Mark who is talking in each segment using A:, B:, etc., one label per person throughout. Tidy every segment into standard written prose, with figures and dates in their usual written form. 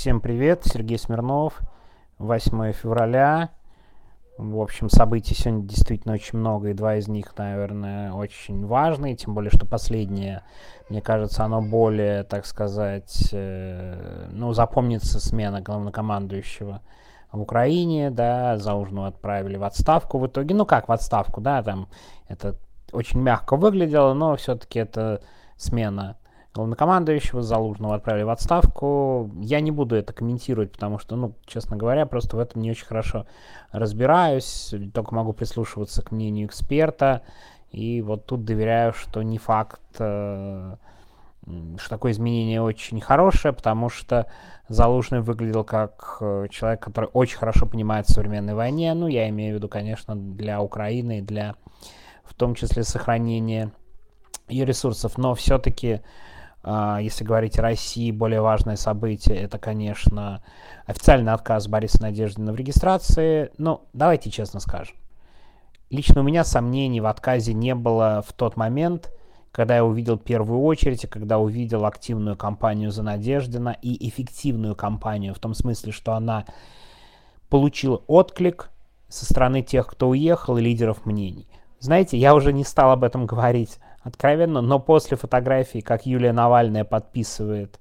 A: Всем привет, Сергей Смирнов, 8 февраля. В общем, событий сегодня действительно очень много, и два из них, наверное, очень важные, тем более, что последнее, мне кажется, оно более, так сказать, запомнится смена главнокомандующего в Украине, да, Залужного отправили в отставку в итоге, как в отставку, да, там это очень мягко выглядело, но все-таки это смена главнокомандующего, Залужного отправили в отставку. Я не буду это комментировать, потому что, честно говоря, просто в этом не очень хорошо разбираюсь, только могу прислушиваться к мнению эксперта, и вот тут доверяю, что не факт, что такое изменение очень хорошее, потому что Залужный выглядел как человек, который очень хорошо понимает в современной войне, я имею в виду, конечно, для Украины и для, в том числе, сохранения ее ресурсов, но все-таки если говорить о России, более важное событие, это, конечно, официальный отказ Бориса Надеждина в регистрации. Давайте честно скажем. Лично у меня сомнений в отказе не было в тот момент, когда я увидел первую очередь, и когда увидел активную кампанию за Надеждина и эффективную кампанию, в том смысле, что она получила отклик со стороны тех, кто уехал, и лидеров мнений. Знаете, я уже не стал об этом говорить откровенно, но после фотографии, как Юлия Навальная подписывается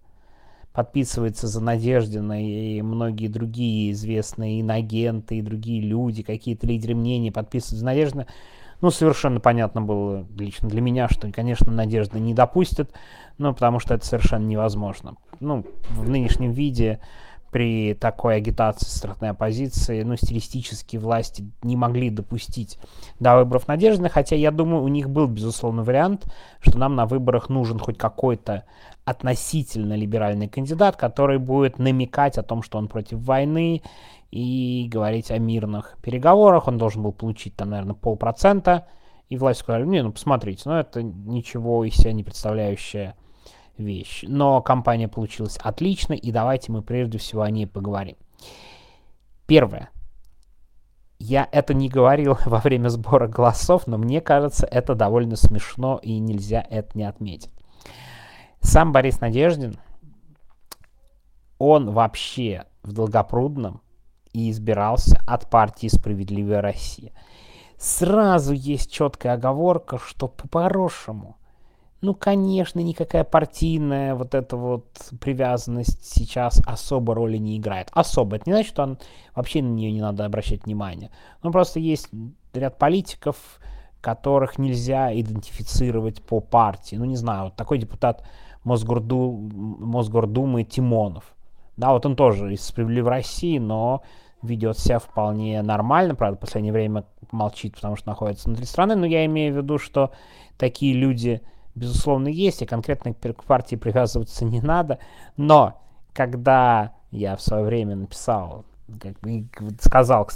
A: за Надеждина, и многие другие известные иноагенты, и другие люди, какие-то лидеры мнений подписываются за Надеждина, совершенно понятно было лично для меня, что, конечно, Надежда не допустит, потому что это совершенно невозможно. В нынешнем виде при такой агитации со стороны оппозиции, стилистически власти не могли допустить до выборов Надеждина, хотя, я думаю, у них был, безусловно, вариант, что нам на выборах нужен хоть какой-то относительно либеральный кандидат, который будет намекать о том, что он против войны, и говорить о мирных переговорах. Он должен был получить, наверное, 0,5%, и власти сказали, посмотрите, это ничего из себя не представляющее вещь. Но кампания получилась отличной, и давайте мы прежде всего о ней поговорим. Первое. Я это не говорил во время сбора голосов, но мне кажется, это довольно смешно, и нельзя это не отметить. Сам Борис Надеждин, он вообще в Долгопрудном и избирался от партии «Справедливая Россия». Сразу есть четкая оговорка, что по-хорошему, конечно, никакая партийная привязанность сейчас особо роли не играет. Особо. Это не значит, что вообще на нее не надо обращать внимание. Просто есть ряд политиков, которых нельзя идентифицировать по партии. Не знаю, такой депутат Мосгордумы Тимонов. Да, он тоже из «Справедливой России», но ведет себя вполне нормально. Правда, в последнее время молчит, потому что находится внутри страны. Но я имею в виду, что такие люди, безусловно, есть, и конкретно к партии привязываться не надо. Но когда я в свое время написал, сказал,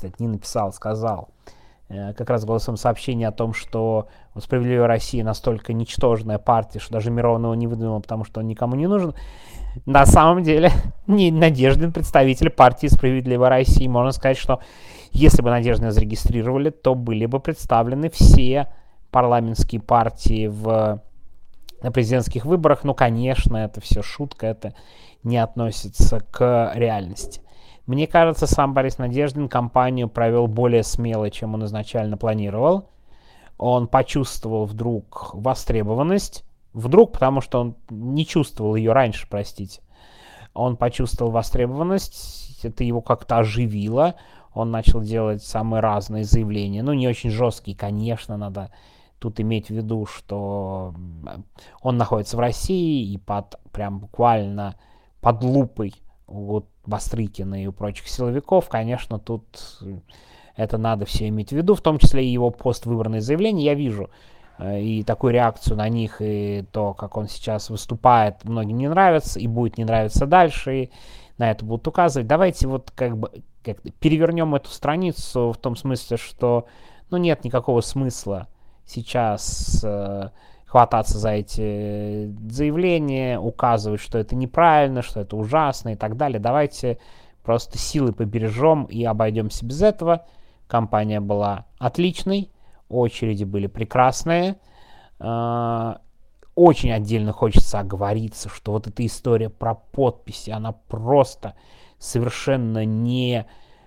A: как раз голосом сообщение о том, что «Справедливая Россия» настолько ничтожная партия, что даже Миронова не выдвинула, потому что он никому не нужен. На самом деле, не Надеждин представитель партии «Справедливая Россия». Можно сказать, что если бы Надеждина зарегистрировали, то были бы представлены все парламентские партии на президентских выборах. Конечно, это все шутка, это не относится к реальности. Мне кажется, сам Борис Надеждин кампанию провел более смело, чем он изначально планировал. Он почувствовал вдруг востребованность. Вдруг, потому что он не чувствовал ее раньше, простите. Он почувствовал востребованность, это его как-то оживило. Он начал делать самые разные заявления. Не очень жесткие, конечно, надо тут иметь в виду, что он находится в России, и прям буквально под лупой Бастрыкина и у прочих силовиков, конечно, тут это надо все иметь в виду, в том числе и его поствыборные заявления. Я вижу и такую реакцию на них, и то, как он сейчас выступает, многим не нравится, и будет не нравиться дальше, и на это будут указывать. Давайте как-то перевернем эту страницу в том смысле, что нет никакого смысла сейчас хвататься за эти заявления, указывать, что это неправильно, что это ужасно и так далее. Давайте просто силы побережем и обойдемся без этого. Кампания была отличной, очереди были прекрасные. очень отдельно хочется оговориться, что вот эта история про подписи, она просто совершенно не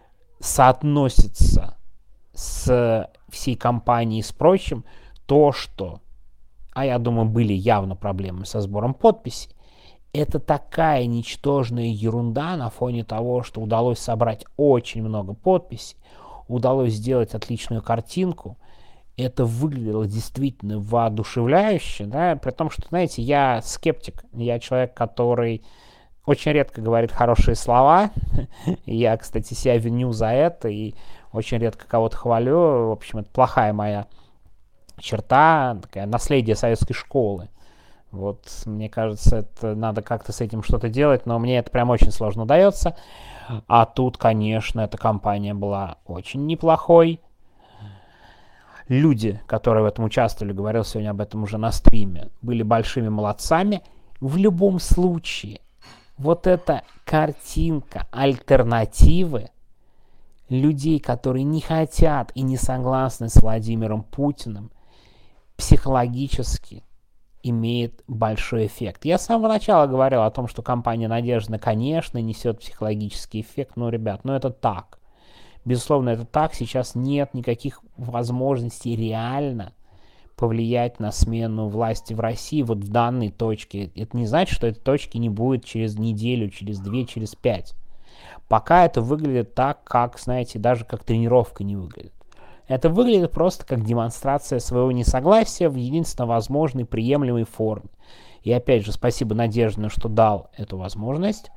A: соотносится с всей компанией, с прочим. То, что, а я думаю, были явно проблемы со сбором подписей, это такая ничтожная ерунда на фоне того, что удалось собрать очень много подписей, удалось сделать отличную картинку. Это выглядело действительно воодушевляюще, да, при том, что, знаете, я скептик, я человек, который очень редко говорит хорошие слова. Я, кстати, себя виню за это и очень редко кого-то хвалю. В общем, это плохая моя черта, такая наследие советской школы. Вот, мне кажется, это надо как-то с этим что-то делать, но мне это прям очень сложно удается. А тут, конечно, эта компания была очень неплохой. Люди, которые в этом участвовали, говорил сегодня об этом уже на стриме, были большими молодцами. В любом случае, вот эта картинка альтернативы людей, которые не хотят и не согласны с Владимиром Путиным, психологически имеет большой эффект. Я с самого начала говорил о том, что компания «Надежда», конечно, несет психологический эффект. Но, ребят, это так. Безусловно, это так. Сейчас нет никаких возможностей реально повлиять на смену власти в России вот в данной точке. Это не значит, что этой точки не будет через неделю, через 2, через 5. Пока это выглядит так, как, знаете, даже как тренировка не выглядит. Это выглядит просто как демонстрация своего несогласия в единственно возможной приемлемой форме. И опять же, спасибо Надежде, что дал эту возможность.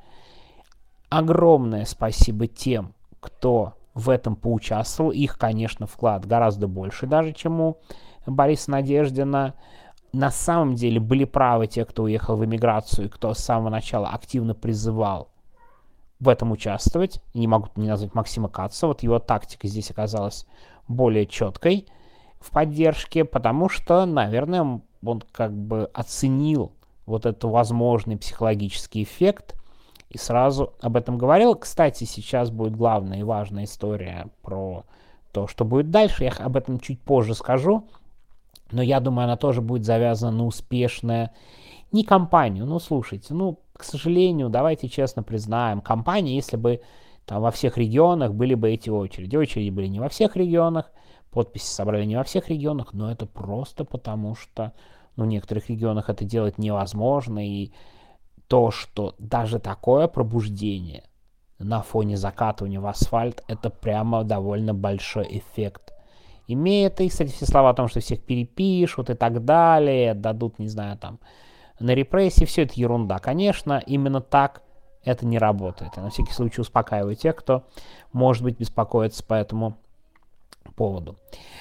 A: Огромное спасибо тем, кто в этом поучаствовал. Их, конечно, вклад гораздо больше даже, чем у Бориса Надеждина. На самом деле были правы те, кто уехал в эмиграцию, кто с самого начала активно призывал в этом участвовать. Не могу не назвать Максима Каца. Вот его тактика здесь оказалась более четкой в поддержке, потому что, наверное, он как бы оценил вот этот возможный психологический эффект и сразу об этом говорил. Кстати, сейчас будет главная и важная история про то, что будет дальше. Я об этом чуть позже скажу, но я думаю, она тоже будет завязана на успешное не кампанию. Слушайте, к сожалению, давайте честно признаем, компания, если бы там во всех регионах были бы эти очереди. Очереди были не во всех регионах, подписи собрали не во всех регионах, но это просто потому, что в некоторых регионах это делать невозможно, и то, что даже такое пробуждение на фоне закатывания в асфальт, это прямо довольно большой эффект имеет. И, кстати, все слова о том, что всех перепишут и так далее, дадут, не знаю, там, на репрессии, все это ерунда. Конечно, именно так это не работает. Я на всякий случай успокаиваю тех, кто, может быть, беспокоится по этому поводу.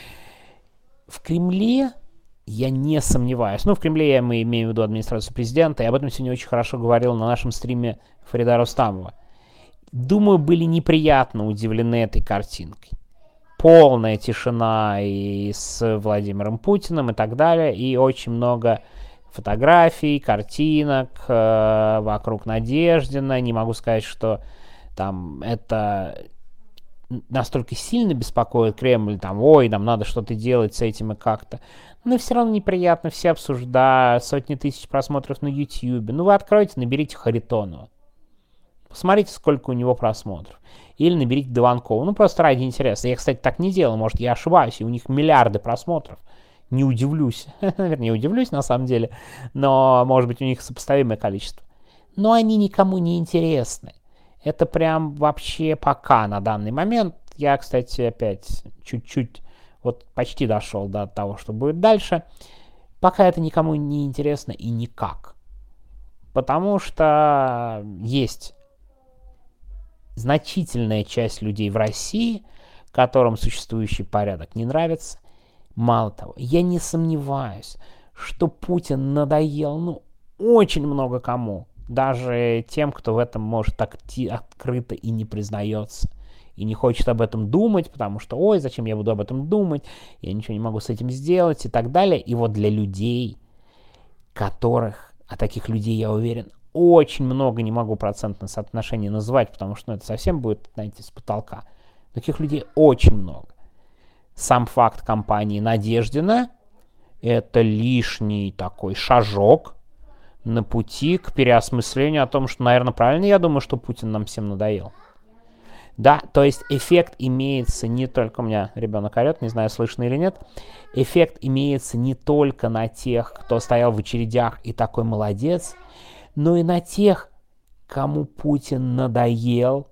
A: В Кремле я не сомневаюсь. В Кремле мы имеем в виду администрацию президента, и об этом сегодня очень хорошо говорил на нашем стриме Фарида Рустамова. Думаю, были неприятно удивлены этой картинкой. Полная тишина и с Владимиром Путиным и так далее, и очень много фотографий, картинок вокруг Надеждина. Не могу сказать, что там это настолько сильно беспокоит Кремль, нам надо что-то делать с этим и как-то. Но все равно неприятно, все обсуждают, сотни тысяч просмотров на YouTube. Вы откройте, наберите Харитонова. Посмотрите, сколько у него просмотров. Или наберите Дованкова. Просто ради интереса. Я, кстати, так не делал, может, я ошибаюсь, и у них миллиарды просмотров. Не удивлюсь. Вернее, удивлюсь на самом деле, но, может быть, у них сопоставимое количество. Но они никому не интересны. Это прям вообще пока на данный момент. Я, кстати, опять чуть-чуть почти дошел до того, что будет дальше. Пока это никому не интересно и никак. Потому что есть значительная часть людей в России, которым существующий порядок не нравится. Мало того, я не сомневаюсь, что Путин надоел, очень много кому. Даже тем, кто в этом может так открыто и не признается. И не хочет об этом думать, потому что, ой, зачем я буду об этом думать, я ничего не могу с этим сделать и так далее. И для людей, которых, а таких людей, я уверен, очень много, не могу процентное соотношение назвать, потому что это совсем будет, знаете, с потолка. Таких людей очень много. Сам факт компании Надеждина это лишний такой шажок на пути к переосмыслению о том, что, наверное, правильно я думаю, что Путин нам всем надоел. Да, то есть эффект имеется не только... У меня ребенок орет, не знаю, слышно или нет. Эффект имеется не только на тех, кто стоял в очередях и такой молодец, но и на тех, кому Путин надоел,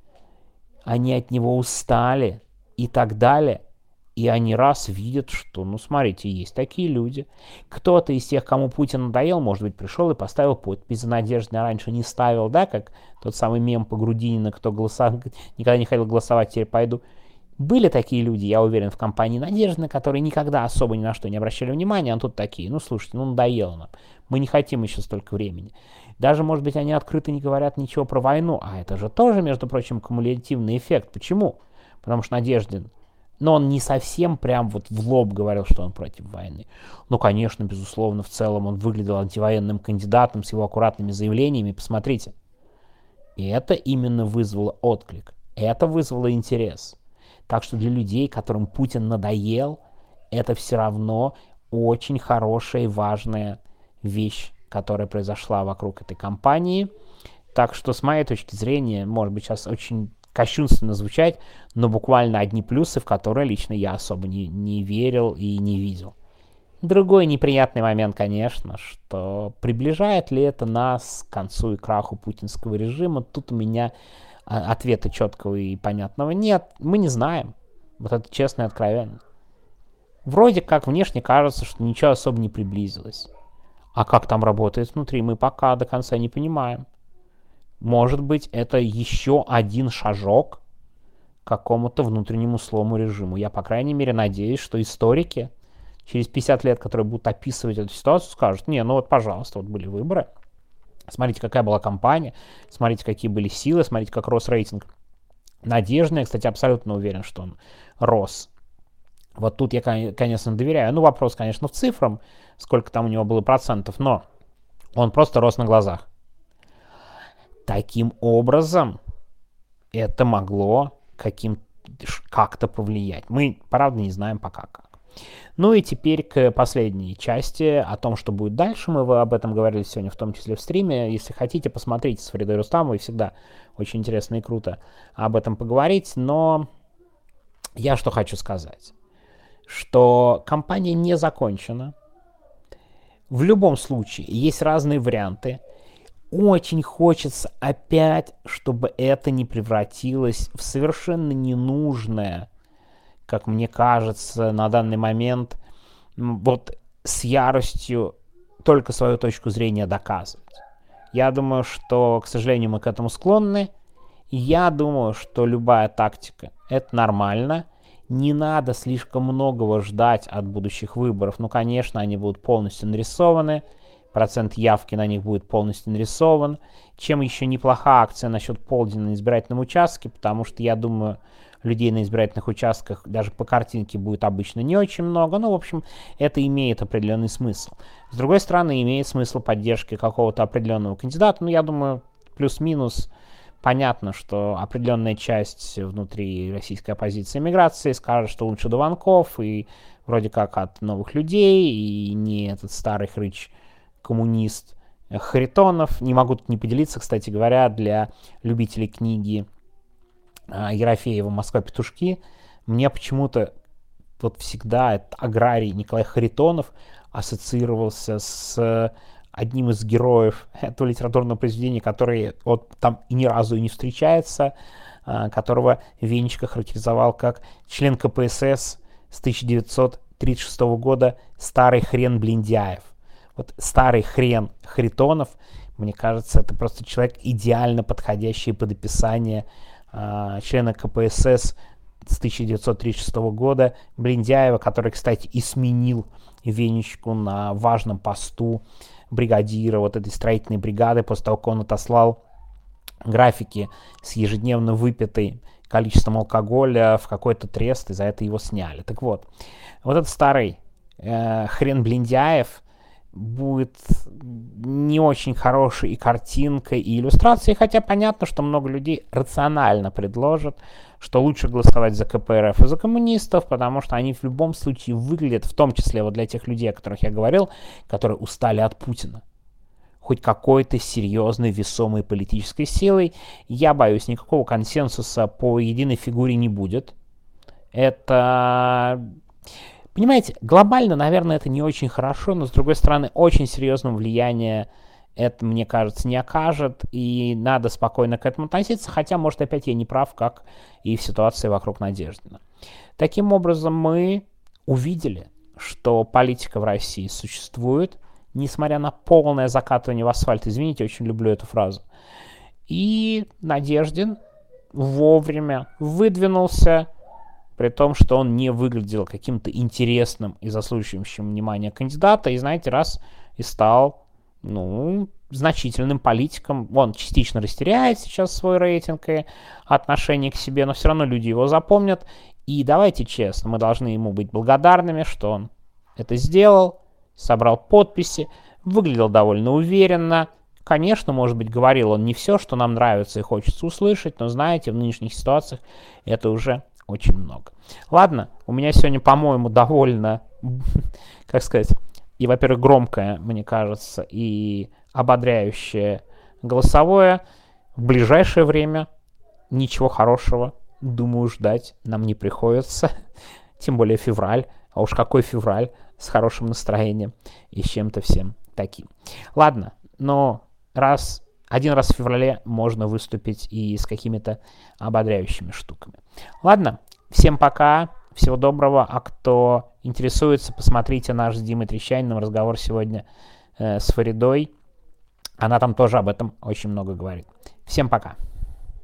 A: они от него устали и так далее. И они раз видят, что, ну, смотрите, есть такие люди. Кто-то из тех, кому Путин надоел, может быть, пришел и поставил подпись за Надеждой, а раньше не ставил, да, как тот самый мем по Грудинину, кто никогда не хотел голосовать, теперь пойду. Были такие люди, я уверен, в компании Надежды, которые никогда особо ни на что не обращали внимания, а тут такие, ну, слушайте, ну, надоело нам, мы не хотим еще столько времени. Даже, может быть, они открыто не говорят ничего про войну, а это же тоже, между прочим, кумулятивный эффект. Почему? Потому что Надеждин, но он не совсем прям вот в лоб говорил, что он против войны. Ну, конечно, безусловно, в целом он выглядел антивоенным кандидатом с его аккуратными заявлениями. Посмотрите. И это именно вызвало отклик. Это вызвало интерес. Так что для людей, которым Путин надоел, это все равно очень хорошая и важная вещь, которая произошла вокруг этой кампании. Так что, с моей точки зрения, может быть, сейчас очень кощунственно звучать, но буквально одни плюсы, в которые лично я особо не верил и не видел. Другой неприятный момент, конечно, что приближает ли это нас к концу и краху путинского режима, тут у меня ответа четкого и понятного нет, мы не знаем, вот это честно и откровенно. Вроде как внешне кажется, что ничего особо не приблизилось, а как там работает внутри, мы пока до конца не понимаем. Может быть, это еще один шажок к какому-то внутреннему слому режиму. Я, по крайней мере, надеюсь, что историки через 50 лет, которые будут описывать эту ситуацию, скажут, не, ну вот, пожалуйста, вот были выборы, смотрите, какая была кампания, смотрите, какие были силы, смотрите, как рос рейтинг Надежды. Я, кстати, абсолютно уверен, что он рос. Вот тут я, конечно, доверяю. Ну, вопрос, конечно, в цифрах, сколько там у него было процентов, но он просто рос на глазах. Таким образом, это могло как-то повлиять. Мы, правда, не знаем пока как. Ну и теперь к последней части о том, что будет дальше. Мы об этом говорили сегодня, в том числе в стриме. Если хотите, посмотрите с Фридой Рустамовой. Всегда очень интересно и круто об этом поговорить. Но я что хочу сказать. Что кампания не закончена. В любом случае, есть разные варианты. Очень хочется опять, чтобы это не превратилось в совершенно ненужное, как мне кажется, на данный момент, вот с яростью только свою точку зрения доказывать. Я думаю, что, к сожалению, мы к этому склонны. Я думаю, что любая тактика – это нормально. Не надо слишком многого ждать от будущих выборов. Ну, конечно, они будут полностью нарисованы. Процент явки на них будет полностью нарисован. Чем еще неплохая акция насчет полдня на избирательном участке, потому что, я думаю, людей на избирательных участках даже по картинке будет обычно не очень много. Ну, в общем, это имеет определенный смысл. С другой стороны, имеет смысл поддержки какого-то определенного кандидата. Ну, я думаю, плюс-минус понятно, что определенная часть внутри российской оппозиции и миграции скажет, что лучше Дованков, и вроде как от новых людей, и не этот старый хрыч коммунист Харитонов. Не могу тут не поделиться, кстати говоря, для любителей книги Ерофеева «Москва-петушки». Мне почему-то вот всегда этот аграрий Николай Харитонов ассоциировался с одним из героев этого литературного произведения, который вот там и ни разу и не встречается, которого Венечка характеризовал как член КПСС с 1936 года «Старый хрен Блиндяев». Вот старый хрен Харитонов, мне кажется, это просто человек, идеально подходящий под описание члена КПСС с 1936 года Блиндяева, который, кстати, и сменил Венечку на важном посту бригадира вот этой строительной бригады после того, как он отослал графики с ежедневно выпитой количеством алкоголя в какой-то трест, и за это его сняли. Так вот, вот этот старый хрен Блиндяев будет не очень хорошей и картинкой, и иллюстрацией, хотя понятно, что много людей рационально предложат, что лучше голосовать за КПРФ и за коммунистов, потому что они в любом случае выглядят, в том числе вот для тех людей, о которых я говорил, которые устали от Путина, хоть какой-то серьезной весомой политической силой. Я боюсь, никакого консенсуса по единой фигуре не будет. Это... Понимаете, глобально, наверное, это не очень хорошо, но, с другой стороны, очень серьезного влияния это, мне кажется, не окажет, и надо спокойно к этому относиться, хотя, может, опять я не прав, как и в ситуации вокруг Надеждина. Таким образом, мы увидели, что политика в России существует, несмотря на полное закатывание в асфальт. Извините, очень люблю эту фразу. И Надеждин вовремя выдвинулся, при том, что он не выглядел каким-то интересным и заслуживающим внимания кандидата, и, знаете, раз и стал, значительным политиком. Он частично растеряет сейчас свой рейтинг и отношение к себе, но все равно люди его запомнят. И давайте честно, мы должны ему быть благодарными, что он это сделал, собрал подписи, выглядел довольно уверенно. Конечно, может быть, говорил он не все, что нам нравится и хочется услышать, но, знаете, в нынешних ситуациях это уже очень много. Ладно, у меня сегодня, по-моему, довольно, как сказать, и, во-первых, громкое, мне кажется, и ободряющее голосовое. В ближайшее время ничего хорошего, думаю, ждать нам не приходится. Тем более февраль. А уж какой февраль с хорошим настроением и с чем-то всем таким. Ладно, но один раз в феврале можно выступить и с какими-то ободряющими штуками. Ладно, всем пока, всего доброго. А кто интересуется, посмотрите наш с Димой Трещаниным разговор сегодня с Фаридой. Она там тоже об этом очень много говорит. Всем пока.